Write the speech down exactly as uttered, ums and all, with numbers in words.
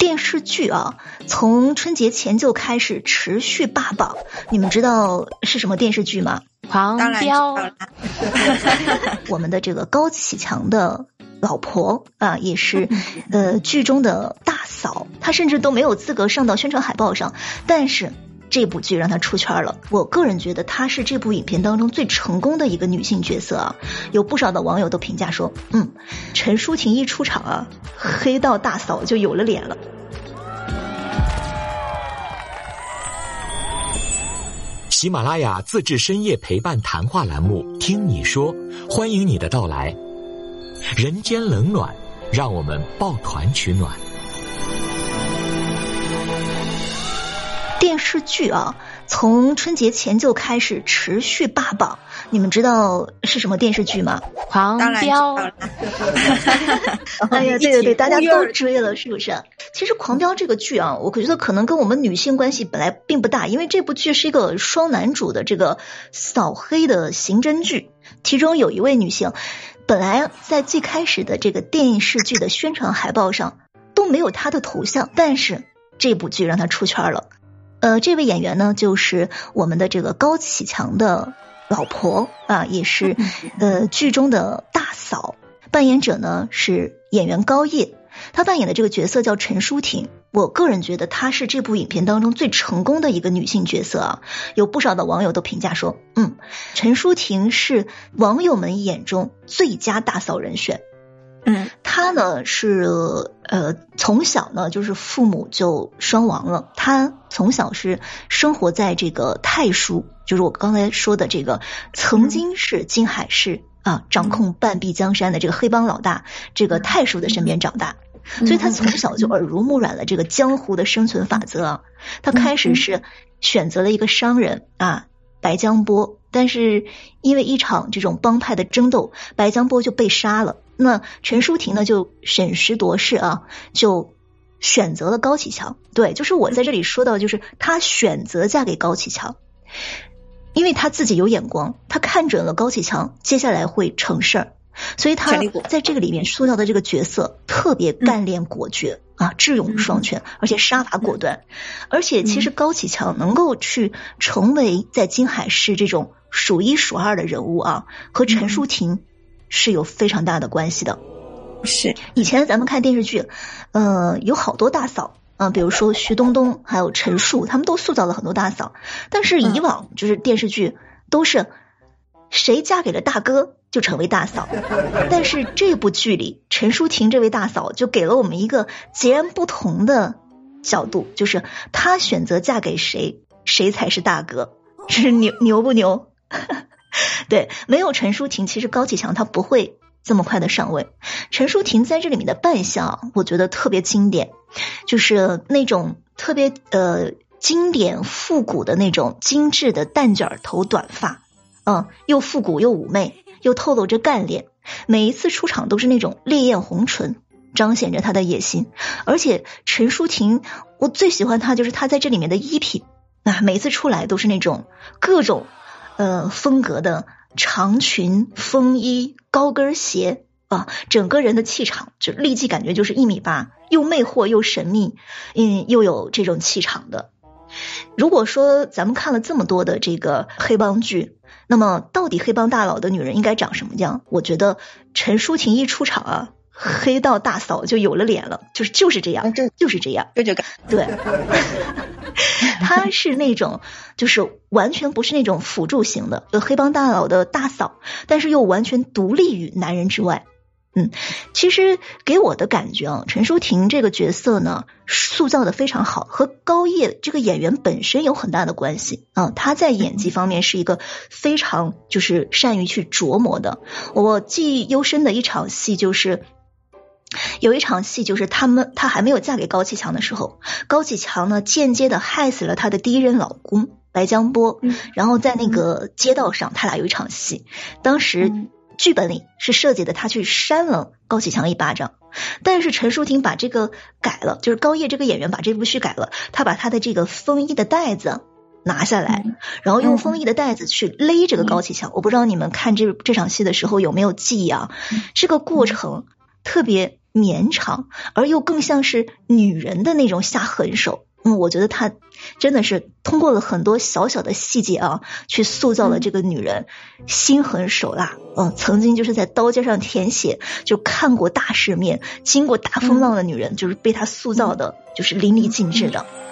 电视剧啊，从春节前就开始持续霸榜。你们知道是什么电视剧吗？ 狂飙。 我们的这个高启强的老婆啊，也是呃剧中的大嫂，她甚至都没有资格上到宣传海报上，但是这部剧让她出圈了。我个人觉得她是这部影片当中最成功的一个女性角色啊，有不少的网友都评价说，嗯，陈淑婷一出场啊，黑道大嫂就有了脸了。 喜马拉雅自制深夜陪伴谈话栏目《听你说》，欢迎你的到来。人间冷暖，让我们抱团取暖。 电视剧啊，从春节前就开始持续霸榜。你们知道是什么电视剧吗？ 狂飙。 哎呀，对对对，大家都追了，是不是？其实《狂飙》这个剧啊，我觉得可能跟我们女性关系本来并不大，因为这部剧是一个双男主的这个扫黑的刑侦剧，其中有一位女性，本来在最开始的这个电视剧的宣传海报上都没有她的头像，但是这部剧让她出圈了。呃，这位演员呢，就是我们的这个高启强的老婆啊，也是呃剧中的大嫂，扮演者呢是演员高叶，她扮演的这个角色叫陈淑婷。我个人觉得她是这部影片当中最成功的一个女性角色啊，有不少的网友都评价说，嗯，陈淑婷是网友们眼中最佳大嫂人选。嗯，她呢是呃从小呢就是父母就双亡了，她从小是生活在这个太叔，就是我刚才说的这个曾经是金海市啊掌控半壁江山的这个黑帮老大这个太叔的身边长大，所以他从小就耳濡目染了这个江湖的生存法则啊。他开始是选择了一个商人啊白江波，但是因为一场这种帮派的争斗，白江波就被杀了。那陈淑婷呢就审时度势啊，就选择了高启强。对，就是我在这里说到，就是她选择嫁给高启强，因为她自己有眼光，她看准了高启强接下来会成事儿，所以她在这个里面塑造的这个角色特别干练果决、嗯、啊，智勇双全，而且杀伐果断。而且其实高启强能够去成为在金海市这种数一数二的人物啊，和陈淑婷是有非常大的关系的。 是以前咱们看电视剧，呃，有好多大嫂啊、呃，比如说徐冬冬还有陈数，他们都塑造了很多大嫂。但是以往就是电视剧都是谁嫁给了大哥就成为大嫂，但是这部剧里陈淑婷这位大嫂就给了我们一个截然不同的角度，就是她选择嫁给谁，谁才是大哥，这是牛牛不牛？对，没有陈淑婷，其实高启强他不会这么快的上位。陈淑婷在这里面的扮相我觉得特别经典，就是那种特别呃经典复古的那种精致的蛋卷头短发，嗯，又复古又妩媚，又透露着干练，每一次出场都是那种烈焰红唇，彰显着她的野心。而且陈淑婷我最喜欢她就是她在这里面的衣品啊，每次出来都是那种各种呃风格的长裙、风衣、高跟鞋啊，整个人的气场就立即感觉就是一米八，又魅惑又神秘，嗯，又有这种气场的。如果说咱们看了这么多的这个黑帮剧，那么到底黑帮大佬的女人应该长什么样？我觉得陈淑婷一出场啊，黑道大嫂就有了脸了，就是就是这样，就是这样， 这就对。她是那种就是完全不是那种辅助型的黑帮大佬的大嫂，但是又完全独立于男人之外。嗯，其实给我的感觉啊，陈淑婷这个角色呢塑造的非常好，和高叶这个演员本身有很大的关系啊。她在演技方面是一个非常就是善于去琢磨的。我记忆犹深的一场戏就是有一场戏就是他们她还没有嫁给高启强的时候，高启强呢间接的害死了她的第一任老公白江波，然后在那个街道上他俩有一场戏，当时剧本里是设计的他去扇了高启强一巴掌，但是陈淑婷把这个改了，就是高叶这个演员把这部戏改了，他把他的这个风衣的带子拿下来，然后用风衣的带子去勒这个高启强。我不知道你们看这这场戏的时候有没有记忆啊？这个过程特别绵长，而又更像是女人的那种下狠手。嗯，我觉得他真的是通过了很多小小的细节啊，去塑造了这个女人心狠手辣。嗯，曾经就是在刀尖上舔血，就看过大世面、经过大风浪的女人，就是被他塑造的，就是淋漓尽致的。